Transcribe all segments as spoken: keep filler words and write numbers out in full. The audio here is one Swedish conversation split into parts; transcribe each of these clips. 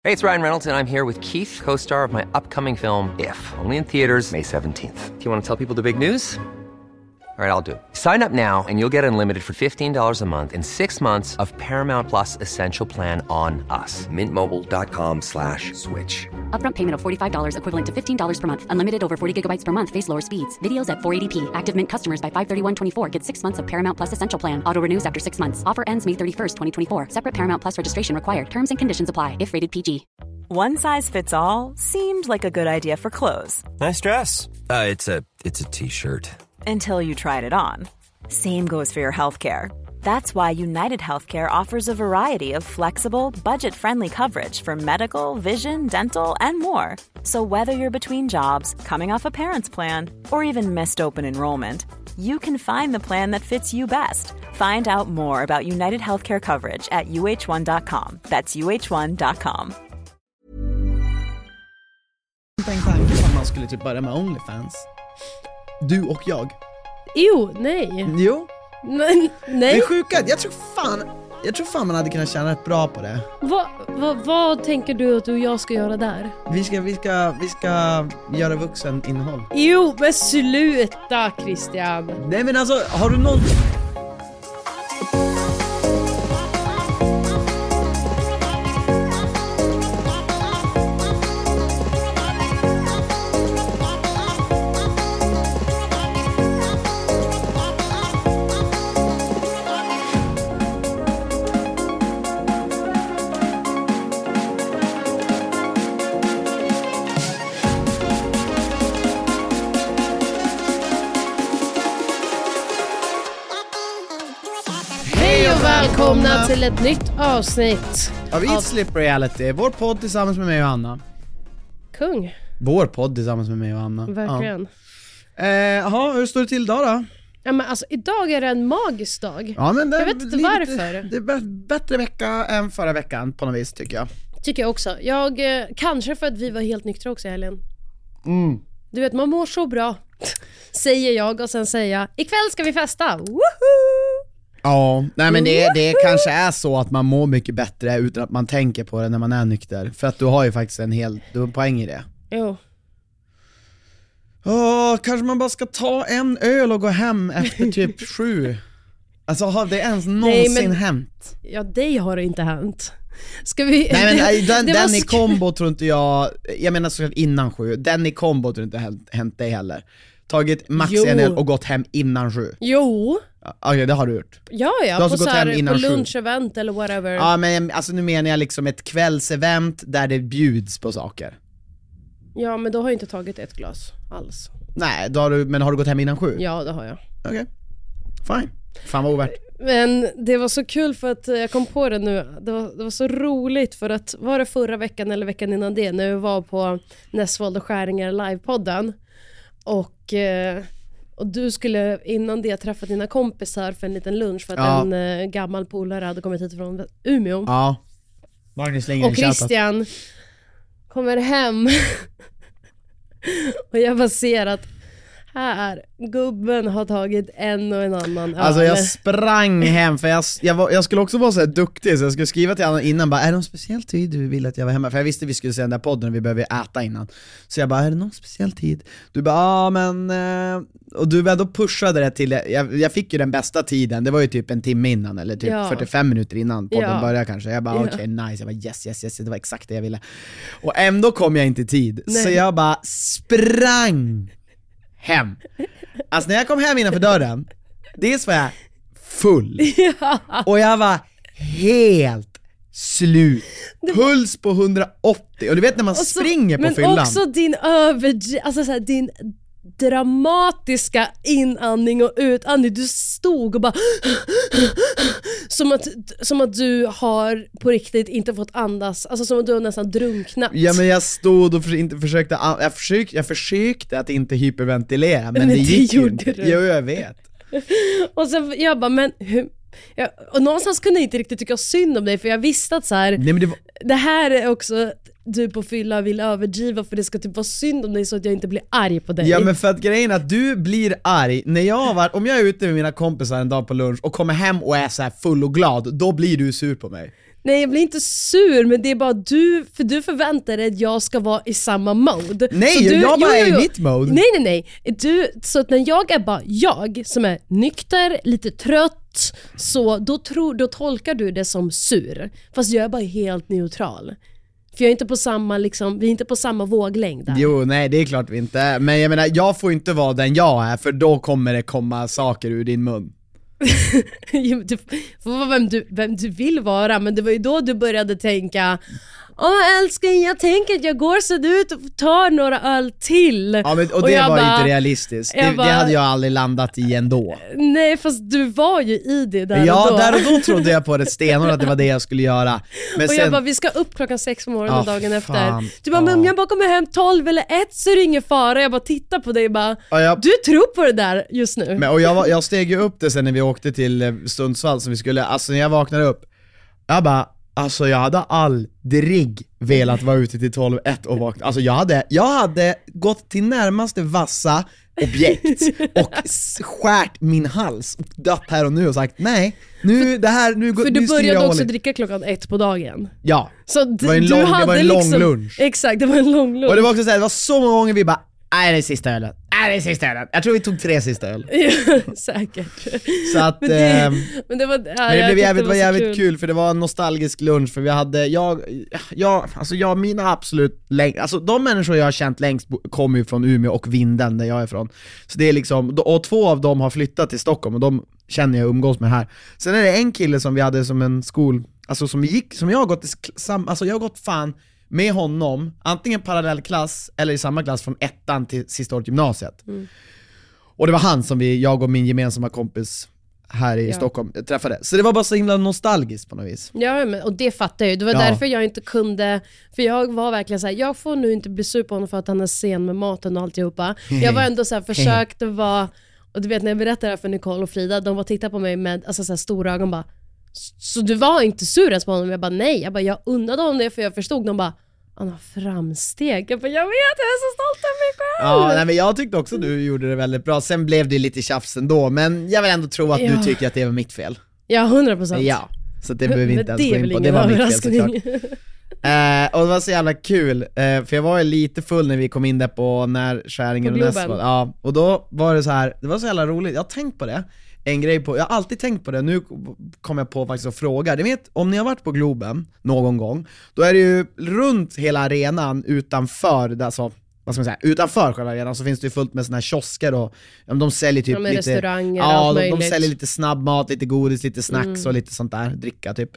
Hey, it's Ryan Reynolds, and I'm here with Keith, co-star of my upcoming film, If, only in theaters May seventeenth. Do you want to tell people the big news? All right, I'll do it. Sign up now and you'll get unlimited for fifteen dollars a month and six months of Paramount Plus Essential Plan on us. Mint Mobile dot com slash switch. Upfront payment of forty-five dollars equivalent to fifteen dollars per month. Unlimited over forty gigabytes per month. Face lower speeds. Videos at four eighty p. Active Mint customers by five thirty-one twenty-four get six months of Paramount Plus Essential Plan. Auto renews after six months. Offer ends May thirty-first, twenty twenty-four. Separate Paramount Plus registration required. Terms and conditions apply if rated P G. One size fits all seemed like a good idea for clothes. Nice dress. Uh, it's a it's a t-shirt. Until you tried it on. Same goes for your healthcare. That's why United Healthcare offers a variety of flexible, budget-friendly coverage for medical, vision, dental, and more. So whether you're between jobs, coming off a parent's plan, or even missed open enrollment, you can find the plan that fits you best. Find out more about United Healthcare coverage at U H one dot com. That's U H one dot com. En tanke på att man skulle typ börja med OnlyFans. Du och jag. Jo, nej. Jo. Nej. Det är sjuka. Jag tror fan Jag tror fan man hade kunnat tjäna rätt bra på det. Vad va, va tänker du att du och jag ska göra där? Vi ska vi ska vi ska göra vuxen innehåll. Jo, men sluta, Christian. Nej, men alltså, har du någon... Välkomna till ett nytt avsnitt av Eat Slip Reality. Vår podd tillsammans med mig och Anna. Kung. Vår podd tillsammans med mig och Anna. Verkligen. Jaha, eh, hur står det till idag då? Ja, men alltså, idag är det en magisk dag. Ja, men det, jag vet inte lite, varför. Det är bättre vecka än förra veckan på något vis, tycker jag. Tycker jag också. Jag, eh, kanske för att vi var helt nyktra också i helgen. Mm. Du vet, man mår så bra. Säger jag och sen säger jag, ikväll ska vi festa. Woohoo! Ja, nej men det, det kanske är så att man mår mycket bättre utan att man tänker på det när man är nykter. För att du har ju faktiskt en hel du har en poäng i det. Jo. Åh, kanske man bara ska ta en öl och gå hem efter typ sju. Alltså har det ens någonsin nej, men, hänt? Ja, det har det inte hänt. Ska vi... Nej, men nej, den, den så... i kombo tror inte jag. Jag menar så innan sju. Den i kombo tror inte hänt, hänt dig heller. Tagit max jo. en öl och gått hem innan sju. Jo. Ja, okay, det har du gjort. Ja, ja, du på, så här, på lunchevent eller whatever. Ja, men alltså nu menar jag liksom ett kvällsevent där det bjuds på saker. Ja, men då har jag inte tagit ett glas alls. Nej, då har du, men har du gått hem innan sju? Ja, det har jag. Okej, okay. Fine. Fan vad ovärt. Men det var så kul för att jag kom på det nu. Det var, det var så roligt för att var det förra veckan eller veckan innan det när vi var på Näsvold och Skäringer livepodden. Och... Eh, Och du skulle innan det träffa dina kompisar för en liten lunch för att ja. en uh, gammal polare hade kommit hit från Umeå. Ja. Och Christian kommer hem och jag bara ser att här, gubben har tagit en och en annan öl. Alltså jag sprang hem för jag, jag, var, jag skulle också vara så här duktig så jag skulle skriva till Anna innan bara, är det någon speciell tid du vill att jag var hemma? För jag visste vi skulle se den där podden och vi behöver äta innan. Så jag bara, är det någon speciell tid? Du bara, ja men eh, och du då pushade det till jag, jag fick ju den bästa tiden. Det var ju typ en timme innan eller typ ja. fyrtiofem minuter innan podden ja. började kanske. Jag bara, ja. okej, okay, nice. Jag bara, yes, yes, yes, det var exakt det jag ville. Och ändå kom jag inte i tid. Nej. Så jag bara sprang hem. Alltså när jag kom hem innanför dörren, dels var jag full ja. och jag var helt slut. Puls på hundraåttio. Och du vet när man så, springer på men fyllan. Men också din över, alltså så här, din dramatiska inandning och utandning. Du stod och bara som att, som att du har på riktigt inte fått andas. Alltså som att du har nästan drunknat. Ja, men jag stod och för, inte försökte jag försökte, jag försökte att inte hyperventilera. Men, men det, det gick ju inte. Du. Jo, jag vet. Och så jag bara, men hur jag, och någonstans kunde jag inte riktigt tycka synd om dig. För jag visste att så här, nej, men det, var... det här är också du på fylla vill överdriva för det ska typ vara synd om dig så att jag inte blir arg på dig. Ja, men för att grejen är att du blir arg när jag var, om jag är ute med mina kompisar en dag på lunch och kommer hem och är så här full och glad, då blir du sur på mig. Nej, jag blir inte sur, men det är bara du, för du förväntar dig att jag ska vara i samma mode. Nej, så du, jag bara jo, jo, jo. är i mitt mode. Nej, nej, nej. Du, så att när jag är bara jag som är nykter, lite trött, så då, tror, då tolkar du det som sur. Fast jag är bara helt neutral. För jag är inte på samma, liksom, vi är inte på samma våglängd där. Jo, nej det är klart vi inte är. Men jag menar, jag får inte vara den jag är, för då kommer det komma saker ur din mun. Du får vara vem du, vem du vill vara, men det var ju då du började tänka: åh älskling, jag tänker att jag går så ut och tar några öl till. Ja, men, och, och det var bara, inte realistiskt. Det, bara, det hade jag aldrig landat i ändå. Nej, fast du var ju i det där Ja, och då. där och då trodde jag på det stenhårt att det var det jag skulle göra. Men och sen, jag bara, vi ska upp klockan sex på morgonen Ah, dagen fan. efter. Du bara, Ah. men om jag bara kommer hem tolv eller ett så är det ingen fara. Jag bara tittar på dig och bara, Ja, jag- du tror på det där just nu. men, och jag, var, jag steg ju upp det sen när vi åkte till eh, Sundsvall som vi skulle, alltså när jag vaknade upp, jag bara, alltså jag hade aldrig velat vara ute till tolv ett och vakna. Alltså jag hade, jag hade gått till närmaste vassa objekt och s- skärt min hals och dött här och nu och sagt nej, nu det här, nu går För nu du styr började jag också all in. dricka klockan ett på dagen. Ja, Så det var en du lång, det hade var en lång liksom, lunch. Exakt, det var en lång lunch. Och det var också så här, det var så många gånger vi bara, nej det är sista ölen, nej det är sista ölen. Jag tror vi tog tre sista öl. Säkert. Så att, Men det, ehm, men det var, ja, Men det jag blev tyckte jävligt, det var så jävligt kul. För det var en nostalgisk lunch. För vi hade, jag, jag, alltså jag mina absolut läng- alltså de människor jag har känt längst bo- kommer ju från Umeå och Vindeln där jag är ifrån. Så det är liksom, och två av dem har flyttat till Stockholm och de känner jag umgås med här. Sen är det en kille som vi hade som en skol, alltså som gick, som jag har gått i sam, alltså jag har gått fan med honom, antingen parallellklass eller i samma klass från ettan till sista året gymnasiet. Mm. Och det var han som vi, jag och min gemensamma kompis här i Ja. Stockholm träffade. Så det var bara så himla nostalgiskt på något vis. Ja, men, och det fattar jag ju. Det var Ja. därför jag inte kunde, för jag var verkligen så här: jag får nu inte bli sur på honom för att han är sen med maten och alltihopa. Jag var ändå så här, försökte vara, och du vet när jag berättade det här för Nicole och Frida, de var tittade på mig med alltså, så här, stora ögon bara, så du var inte sur ens på honom? Jag bara nej, jag bara jag undrade om det för jag förstod. De bara, han har framsteg. Jag bara, jag vet, jag är så stolt över mig själv. Ja, nej, men jag tyckte också du gjorde det väldigt bra. Sen blev det lite tjafs ändå, men jag vill ändå tro att Ja. du tycker att det var mitt fel. Ja, hundra procent. Ja, så det behöver vi inte Men ens gå är in väl på. Det ingen var mitt fel överraskning. såklart. Eh, och det var så jävla kul, eh, för jag var ju lite full när vi kom in där på Närskäringen På och Globen. Näsvall. Ja, och då var det så här, det var så jävla roligt. Jag har tänkt på det, en grej på, jag har alltid tänkt på det, nu kom jag på faktiskt att fråga. Ni vet, om ni har varit på Globen någon gång, då är det ju runt hela arenan utanför, alltså, vad ska man säga, utanför själva arenan så finns det ju fullt med såna här kiosker och ja, de säljer typ Ja, med lite restauranger, ja, allt de, de möjligt. säljer lite snabbmat, lite godis, lite snacks Mm. och lite sånt där, dricka typ.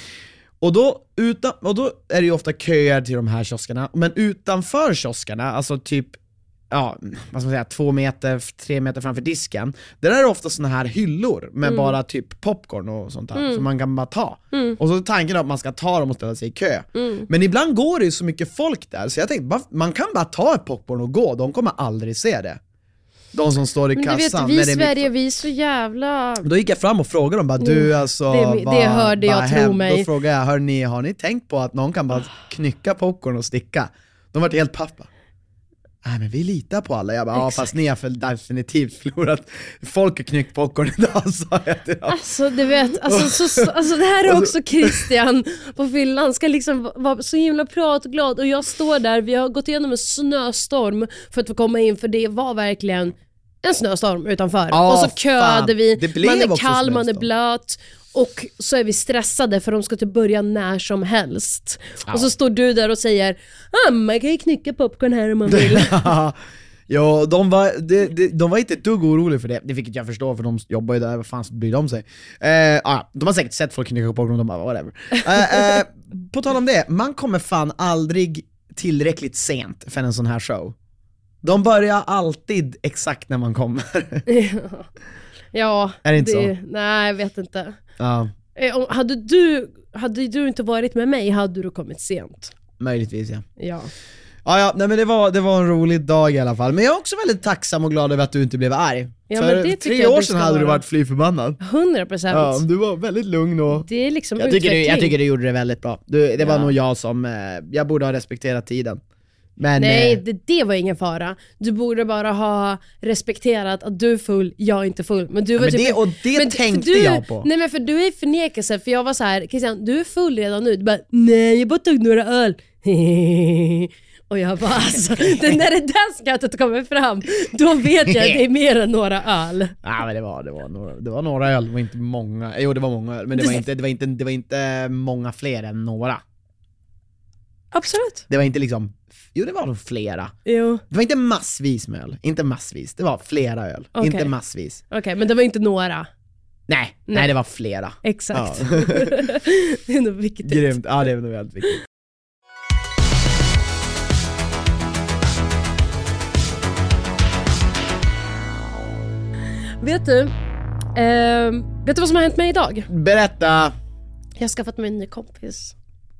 Och då, utan, och då är det ju ofta köer till de här kioskerna, men utanför kioskerna, alltså typ ja, vad ska man säga, två meter, tre meter framför disken, där är det ofta såna här hyllor med Mm. bara typ popcorn och sånt där, Mm. som man kan bara ta. Mm. Och så är tanken att man ska ta dem och ställa sig i kö. Mm. Men ibland går det ju så mycket folk där, så jag tänkte, bara- man kan bara ta ett popcorn och gå, de kommer aldrig se det. De som står i Men kassan. du vet, när vi det i är Sverige, mitt- vi är så jävla... Då gick jag fram och frågade dem bara, du alltså, Det- det vad- hörde jag, vad tro händer? mig. Då frågade jag, hörni, har ni tänkt på att någon kan bara knycka popcorn och sticka? De var helt pappa. Nej men vi litar på alla. Jag bara, ja fast ni har för definitivt förlorat. Folk har knyckt popcorn idag, sa jag till dem. Alltså du vet, alltså, så, så, alltså det här är också Christian på fyllan, ska liksom vara så himla pratglad och jag står där, vi har gått igenom en snöstorm för att få komma in, för det var verkligen en snöstorm utanför. Ja, och så köade fan. vi, Det blev man är också kall, man är snöstorm. blöt och så är vi stressade för de ska typ börja när som helst. Och så står du där och säger, ah, man kan ju knycka popcorn här om man vill. Ja, de var, de, de, de var inte ett dugg oroliga för det. Det fick jag förstå, för de jobbar ju där, vad fan bryr de sig? Eh, ah, de har säkert sett folk knycka popcorn och de bara, whatever. Eh, eh, på tal om det, man kommer fan aldrig tillräckligt sent för en sån här show. De börjar alltid exakt när man kommer. Ja, Är det inte så? Nej, jag vet inte. Ja, Eh, om- Hade du, hade du inte varit med mig hade du kommit sent. möjligtvis ja. Ja. Ja, ja, nej men det var, det var en rolig dag i alla fall. Men jag är också väldigt tacksam och glad över att du inte blev arg. Ja, för men det tycker tre jag år du sedan ska hade du vara. varit fly förbannad. hundra procent. Ja, du var väldigt lugn och... Det är liksom Jag tycker, du, utveckling. jag tycker du gjorde det väldigt bra. Du, det var Ja. nog jag som, eh, jag borde ha respekterat tiden. Men, Nej, eh, det, det var ingen fara. Du borde bara ha respekterat att du är full, jag är inte full. Men du var men typ, det, och det men tänkte du, jag på. Nej men för du är i förnekelse. För jag var så här, Christian, du är full redan nu. Du bara, nej jag bara tog några öl. Och jag bara, alltså, den när det där skrattet kommer fram, då vet jag att det är mer än några öl. Ja, men det var, det var, några, det var några öl, det var inte många. Jo, det var många öl, men det var inte, det var inte, det var inte många fler än några. Absolut. Det var inte liksom, jo det var nog flera. Jo. Det var inte massvis med öl, inte massvis, det var flera öl, Okej. inte massvis. Okej, okay, men det var inte några. Nej, nej, Nej. det var flera. Exakt. Ja. Det är nog viktigt. Grymt, ja det är nog väldigt viktigt. Vet du, eh, vet du vad som har hänt mig idag? Berätta. Jag har skaffat mig en ny kompis.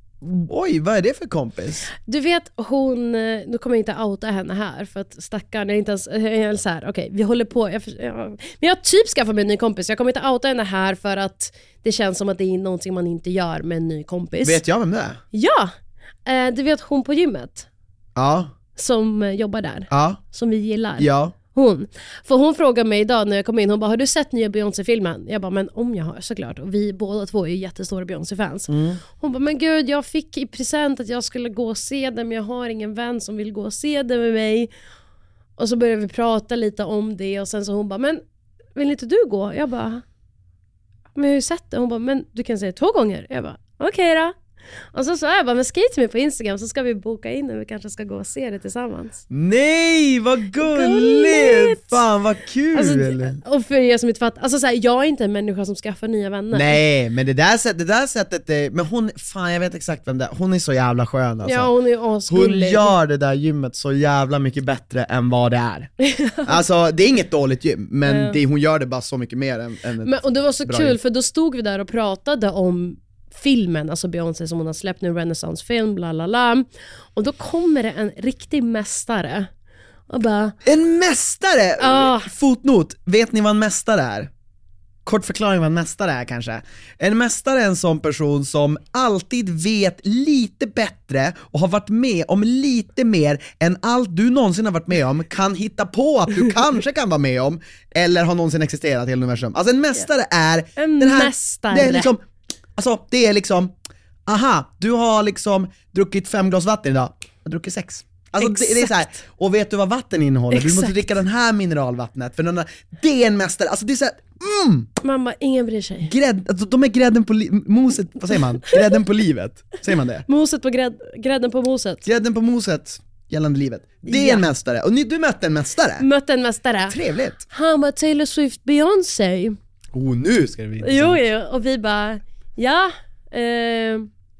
Oj, vad är det för kompis? Du vet, hon, nu kommer jag inte outa henne här för att stackarn är inte ens, är så här, okej, okay, vi håller på, jag, jag, men jag har typ skaffat mig en ny kompis. Jag kommer inte outa henne här för att det känns som att det är någonting man inte gör med en ny kompis. Vet jag vem det är? Ja, eh, du vet hon på gymmet Ja. som jobbar där, Ja. som vi gillar. Ja. Hon. För hon frågade mig idag när jag kom in, hon bara, har du sett nya Beyoncé-filmen? Jag bara, men om jag har, såklart. Och vi båda två är ju jättestora Beyoncé-fans. Mm. Hon bara, men gud, jag fick i present att jag skulle gå och se den, men jag har ingen vän som vill gå och se den med mig. Och så började vi prata lite om det, och sen så hon bara, men vill inte du gå? Jag bara, men jag har ju sett det. Hon bara, men du kan säga två gånger. Jag bara, okej okay då. Och så sa jag bara, men skriv till mig på Instagram så ska vi boka in och vi kanske ska gå och se det tillsammans. Nej, vad gulligt! Gulligt! Fan, vad kul! Alltså, och för er som inte fattar, alltså så här, jag är inte en människa som skaffar nya vänner. Nej, men det där sättet, det där sättet är, men hon, fan jag vet exakt vem det är. Hon är så jävla skön alltså. Ja, hon är Hon asgullig. gör det där gymmet så jävla mycket bättre än vad det är. Alltså, det är inget dåligt gym, men Ja. det, hon gör det bara så mycket mer än, än ett Men, och det var så bra kul gym. för då stod vi där och pratade om filmen, alltså Beyoncé som hon har släppt nu, Renaissance-film, bla bla bla. Och då kommer det en riktig mästare och bara, En mästare! Ah. Fotnot, vet ni vad en mästare är? Kort förklaring vad en mästare är kanske. En mästare är en sån person som alltid vet lite bättre och har varit med om lite mer än allt du någonsin har varit med om, kan hitta på att du kanske kan vara med om eller har någonsin existerat i hela universum. Alltså en mästare är En den här, mästare. det är liksom, alltså det är liksom, aha, du har liksom druckit fem glas vatten idag, jag har druckit sex. Alltså det, det är så här, och vet du vad vatten innehåller? Du måste Exakt. dricka den här mineralvattnet för den här, det är en mästare. Alltså det är så här, mm, mamma, ingen bryr sig. grädd, alltså de är grädden på li- moset, vad säger man? Grädden på livet. Säger man det? Moset på grädd, grädden på moset. Grädden på moset gällande livet. Det är Ja. en mästare. Och ni, du mötte en mästare. Mötte en mästare. Trevligt. Han var Taylor Swift Beyoncé. Oh, nu ska det bli Jo, intressant. jo, och vi bara, ja. Eh,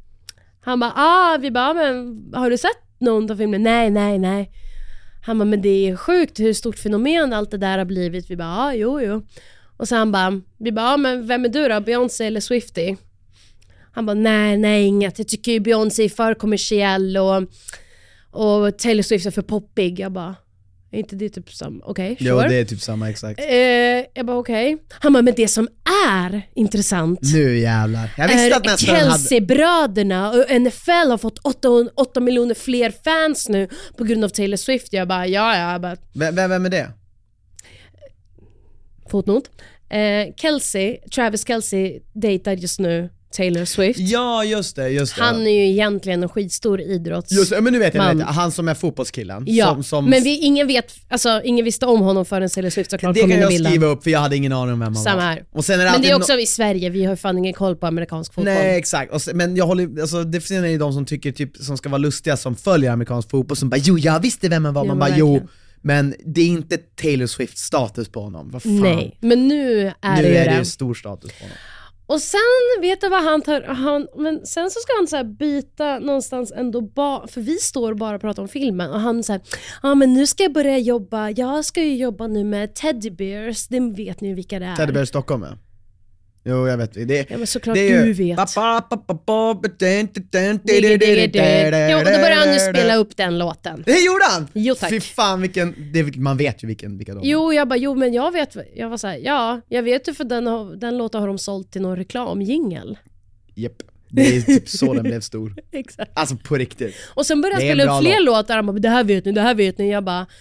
han bara, ah, vi bara, men har du sett någon av filmen? Nej, nej, nej. Han bara, men det är sjukt hur stort fenomen allt det där har blivit. Vi bara, ah, jo, jo. Och så han bara, vi bara, ah, men vem är du då? Beyoncé eller Swiftie? Han bara, nej, nej, inget. Jag tycker ju Beyoncé är för kommersiell och, och Taylor Swift är för poppig. Jag bara, är inte det typ samma? Okej, okay, Jo, sure. det är typ samma exakt. Eh, jag bara okej. Okay. Han bara, men det som är intressant Nu jävlar. Jag visste är att mästaren hade... Kelsey-bröderna och N F L har fått åtta miljoner fler fans nu på grund av Taylor Swift. Jag bara, ja, ja. Jag bara, Vem, vem är det? fotnot. Eh, Kelsey, Travis Kelsey dejtar just nu Taylor Swift. Ja, just det, just det. Han är ju egentligen en skitstor idrotts... Just, men nu vet jag man. inte, han som är fotbollskillen. Ja, som, som... men vi, ingen vet, alltså ingen visste om honom förrän Taylor Swift såklart Det kom kan in i jag bilden. skriva upp för jag hade ingen aning om vem han Samma var. här. Och sen är det Men det är alltid också i Sverige, vi har fan ingen koll på amerikansk fotboll. Nej, exakt. Och sen, men jag håller, alltså, det finns ju de som tycker typ, som ska vara lustiga som följer amerikansk fotboll som bara, jo jag visste vem han var. Ja, Man men bara, jo. verkligen. Men det är inte Taylor Swift status på honom. Vad fan? Nej, men nu är Nu det ju är det det. ju stor status på honom. Och sen vet du vad han tar, han, men sen så ska han så här byta någonstans ändå, ba, för vi står och bara pratar om filmen och han så här, ja ah, men nu ska jag börja jobba, jag ska ju jobba nu med Teddy Bears, det vet ni ju vilka det är. Teddy Bear Stockholm, ja. Jo, jag vet. Det, Ja men såklart det är du ju... vet. Jo, Jo, och då börjar han ju spela upp den låten. Det gjorde han! Jo, tack. Fy fan, vilken, det, man vet ju vilken, vilka de är. Jo, jag bara, jo men jag vet, jag var så här, ja, jag vet ju för den, har, den låten har de sålt till någon reklamjingel. Japp. Det är typ så den blev stor. Exakt. Alltså på riktigt. Och sen började jag spela upp fler låtar. Han bara, det här vet ni, det här vet ni. Jag bara,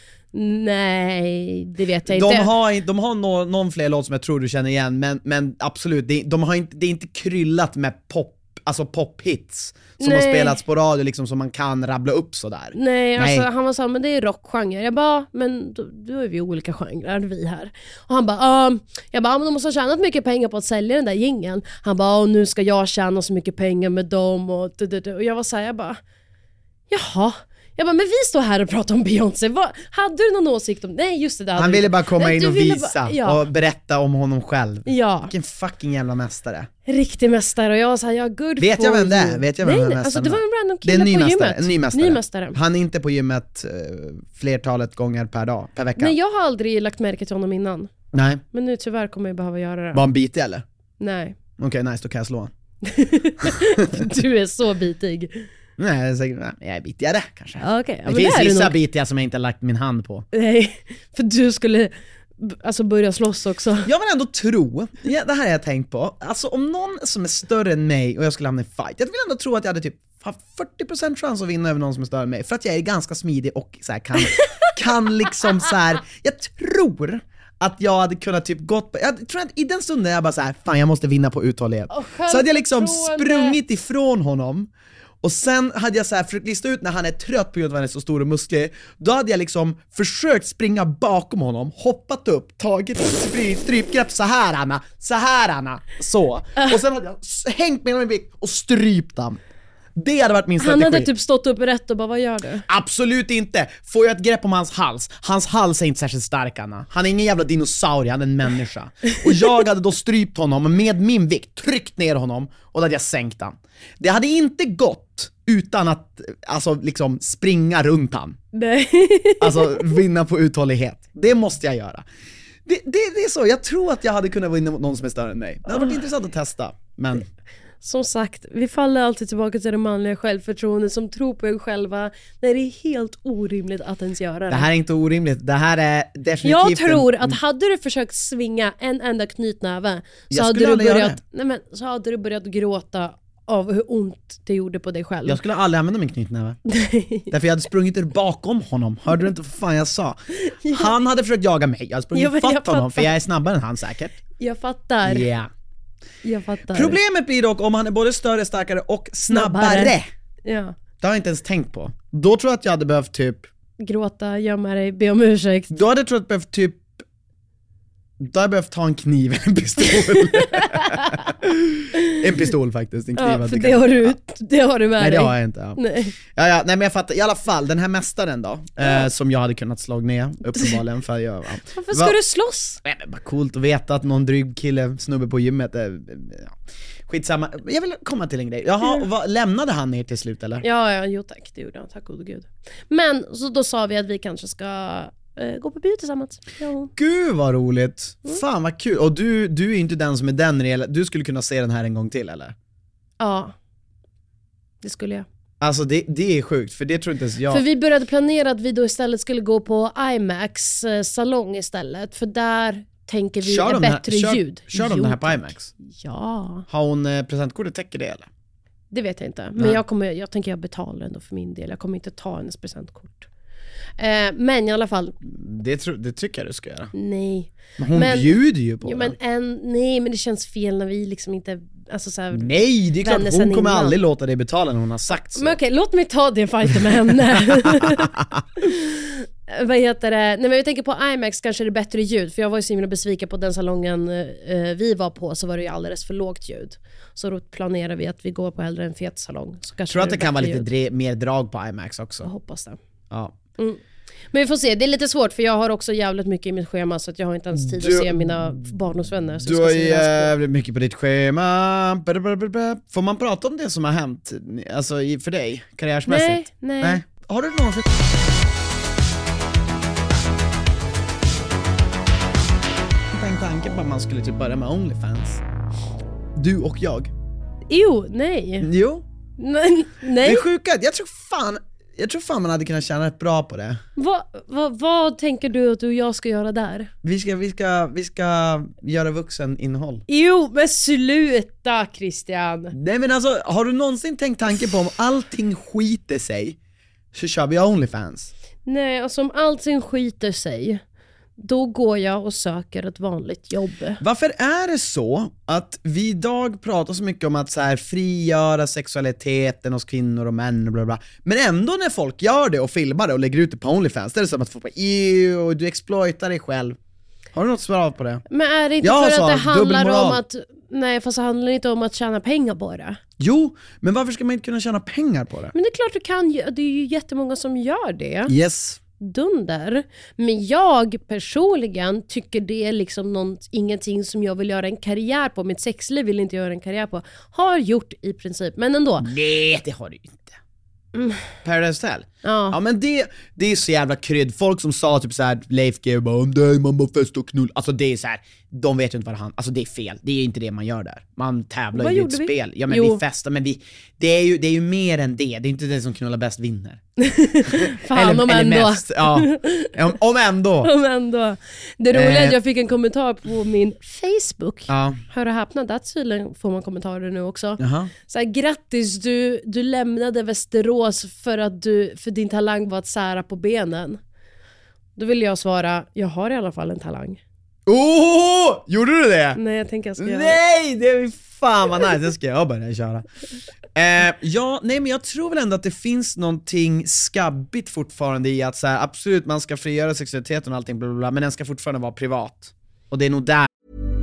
nej, det vet jag de inte. Har, de har någon, någon fler låt som jag tror du känner igen. Men, men absolut, det, de har inte, det är inte kryllat med pop. Alltså pophits som Nej. har spelats på radio liksom, som man kan rabbla upp sådär. Nej, Nej. alltså han var så, men det är rockgenre. Jag bara, men då, då är vi olika genrer, vi här. Och han bara, ah. jag bara, men de måste ha tjänat mycket pengar på att sälja den där jingeln. Han bara, och nu ska jag tjäna så mycket pengar med dem. Och, och jag var så här, jag bara, jaha. Jag bara, men vi står här och pratar om Beyoncé. Vad, hade du någon åsikt om... Nej, just det där. Han ville bara komma Nej, in och visa bara, ja. och berätta om honom själv. Ja. Vilken fucking jävla mästare. Riktig mästare. Och jag var såhär, ja, good Vet for jag vem det you. är? Vet jag vem Nej, den nej, mästaren alltså det var en random Det är kille en ny på mästare, gymmet. en ny mästare. Ny mästare. Han är inte på gymmet uh, flertalet gånger per dag, per vecka. Nej, jag har aldrig lagt märke till honom innan. Nej. Men nu tyvärr kommer jag behöva göra det. Var han bitig eller? Nej. Okej, okay, nice, då kan jag slå han. Du är så bitig. Nej, jag är, säkert, nej, jag är bitigare kanske. Okay, ja, det finns det vissa bitiga som jag inte har lagt min hand på. Nej, för du skulle alltså börja slåss också. Jag vill ändå tro, ja, det här har jag tänkt på, alltså om någon som är större än mig och jag skulle hamna i fight, jag vill ändå tro att jag hade typ fyrtio procent chans att vinna över någon som är större än mig, för att jag är ganska smidig och så här, kan, kan liksom så här, jag tror att jag hade kunnat typ gått på, jag tror att i den stunden jag bara så här, fan jag måste vinna på uthållighet. Oh, så hade jag liksom sprungit ifrån honom. Och sen hade jag så här försökt lista ut när han är trött på grund av att han är så stor och musklig. Då hade jag liksom försökt springa bakom honom, hoppat upp, tagit ett strypgrepp så här Anna, så här Anna, så. Och sen hade jag hängt med honom i och strypt han. Det hade varit min strategi. Han hade typ stått upp rätt och bara, vad gör du? Absolut inte. Får jag ett grepp om hans hals? Hans hals är inte särskilt stark, Anna. Han är ingen jävla dinosaurie, han är en människa. Och jag hade då strypt honom med min vikt, tryckt ner honom och då hade jag sänkt han. Det hade inte gått utan att alltså, liksom springa runt han. Nej. Alltså vinna på uthållighet. Det måste jag göra. Det, det, det är så, jag tror att jag hade kunnat vinna mot någon som är större än mig. Det hade varit intressant att testa, men... Som sagt, vi faller alltid tillbaka till det manliga självförtroende som tror på er själva när det är helt orimligt att ens göra det. Det här är inte orimligt, det här är definitivt... Jag tror att hade du försökt svinga en enda knytnäve så hade, du börjat, nej men, så hade du börjat gråta av hur ont det gjorde på dig själv. Jag skulle aldrig använda min knytnäve. Därför jag hade sprungit ur bakom honom. Hörde du inte vad fan jag sa? Ja. Han hade försökt jaga mig. Jag hade sprungit ja, fatt honom för jag är snabbare än han säkert. Jag fattar. Ja. Yeah. Jag fattar. Problemet blir dock om han är både större, starkare och snabbare. snabbare. Ja. Det har jag inte ens tänkt på. Då tror jag att jag hade behövt typ gråta, gömma dig, be om ursäkt. Då hade jag tror att jag behövt typ Då hade jag behövt ta en kniv, en pistol. En pistol faktiskt, en kniv. Ja, för det har, du, det har du med Nej, dig. det har jag inte. Ja. Nej. Ja, ja, nej men jag fattar. I alla fall, den här mästaren då, eh, som jag hade kunnat slå ner, uppenbarligen. För jag, ja. Varför ska Va? du slåss? Nej, men bara coolt att veta att någon dryg kille, snubbe på gymmet, eh, ja. Skitsamma. Jag vill komma till en grej. Jaha, och vad, lämnade han er till slut eller? Ja, ja, jo tack, det gjorde han, tack gode gud. Men så då sa vi att vi kanske ska... gå på bio tillsammans. Ja. Gud vad roligt. Mm. Fan vad kul. Och du, du är inte den som är den reella. Du skulle kunna se den här en gång till eller? Ja. Det skulle jag. Alltså det, det är sjukt, för det tror inte ens jag. För vi började planera att vi då istället skulle gå på IMAX eh, salong istället. För där tänker vi kör är bättre här, kör, ljud. Kör de det här på IMAX? Ja. Har hon eh, presentkortet, täcker det eller? Det vet jag inte. Men jag, kommer, jag tänker jag betalar ändå för min del. Jag kommer inte ta hennes presentkort. Eh, men i alla fall det, tro, det tycker jag du ska göra. Nej. Men hon men, bjuder ju på jo, men en, nej men det känns fel när vi liksom inte alltså, så här, nej det är klart, hon kommer innan. aldrig låta dig betala när hon har sagt så. Men okej, låt mig ta det fighten med henne. Vad heter det? Nej, men jag tänker på IMAX kanske är det bättre ljud. För jag var ju så himla besviken på den salongen eh, vi var på. Så var det ju alldeles för lågt ljud. Så då planerar vi att vi går på hellre en fet salong. Så kanske tror att det, det kan vara lite dre- mer drag på IMAX också. Jag hoppas det. Ja. Mm. Men vi får se, det är lite svårt för jag har också jävligt mycket i mitt schema. Så att jag har inte ens tid du, att se mina barndomsvänner. Så du har jävligt mycket på ditt schema. Får man prata om det som har hänt alltså för dig, karriärsmässigt? Nej, nej, nej. Har du någonsin... en tanke på att man skulle typ börja med OnlyFans? Du och jag. Jo, nej. Jo. Nej, nej. Det är sjukt, jag tror fan jag tror fan man hade kunnat tjäna rätt bra på det. Va, va, vad tänker du att du och jag ska göra där? Vi ska, vi ska, vi ska göra vuxen innehåll. Jo, men sluta Christian. Nej men alltså, har du någonsin tänkt tanken på om allting skiter sig så kör vi OnlyFans? Nej, alltså om allting skiter sig, då går jag och söker ett vanligt jobb. Varför är det så att vi idag pratar så mycket om att så här frigöra sexualiteten hos kvinnor och män och bla bla, men ändå när folk gör det och filmar det och lägger ut det på OnlyFans, det är det som att folk bara, och du exploitar dig själv. Har du något svar på det? Men är det inte Jag för sa att det handlar dubbelmoral. om att... Nej, fast det handlar inte om att tjäna pengar på det. Jo, men varför ska man inte kunna tjäna pengar på det? Men det är klart du kan ju, det är ju jättemånga som gör det. Yes. Dunder. Men jag personligen tycker det är liksom något, ingenting som jag vill göra en karriär på. Mitt sexliv vill inte göra en karriär på. Har gjort i princip, men ändå. Nej, det har du inte. Mm. Paradise Hotel. Ja. Ja men det, det är så jävla krydd. Folk som sa typ såhär, Leif G bara om det man bara fest och knull. Alltså det är så här, de vet ju inte vad han, alltså det är fel. Det är inte det man gör där. Man tävlar Vad ju i ett gjorde vi? spel. Ja men Jo. vi festar, men vi, det är ju det är ju mer än det. Det är inte det som knullar bäst vinner. Fan, om ändå. mest. Ja. Om, om ändå. Om ändå. Det roliga är Eh. att jag fick en kommentar på min Facebook. Ja. Hör och häpna, där tydligen får man kommentarer nu också. Jaha. Så här, grattis, du, du lämnade Västerås för att du, för din talang var att sära på benen. Då vill jag svara, jag har i alla fall en talang. Oh! Gjorde du det? Nej, jag tänker jag ska göra det. Nej, det är fan vad nice, det ska jag börja köra. Eh, ja, nej men jag tror väl ändå att det finns någonting skabbigt fortfarande i att så här, absolut man ska frigöra sexualiteten och allting bla bla bla, men den ska fortfarande vara privat. Och det är nog där.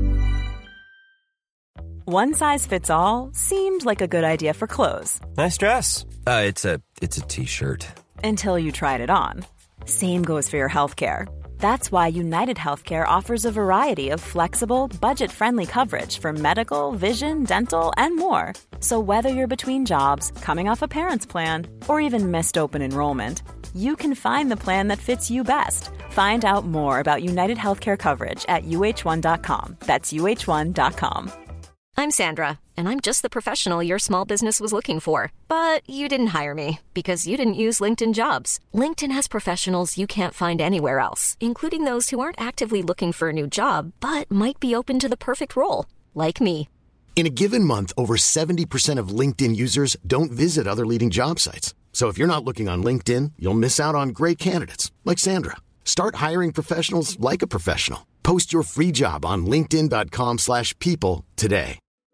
One size fits all seemed like a good idea for clothes. Nice dress. Uh, it's a it's a t-shirt. Until you tried it on. Same goes for your healthcare. That's why United Healthcare offers a variety of flexible, budget-friendly coverage for medical, vision, dental, and more. So whether you're between jobs, coming off a parent's plan, or even missed open enrollment, you can find the plan that fits you best. Find out more about United Healthcare coverage at U H one dot com. That's U H one dot com. I'm Sandra, and I'm just the professional your small business was looking for. But you didn't hire me because you didn't use LinkedIn Jobs. LinkedIn has professionals you can't find anywhere else, including those who aren't actively looking for a new job, but might be open to the perfect role, like me. In a given month, over seventy percent of LinkedIn users don't visit other leading job sites. So if you're not looking on LinkedIn, you'll miss out on great candidates like Sandra. Start hiring professionals like a professional. Post your free job on linkedin dot com slash people today.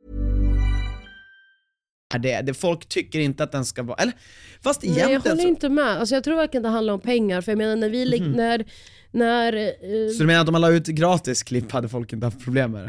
Det, det folk tycker inte att den ska vara, eller fast Nej, jag egentligen håller så, inte med. Alltså, jag tror verkligen det handlar om pengar. För jag menar när vi mm. när, när eh, så du menar att om man la ut gratis klipp hade folk inte haft problem med det?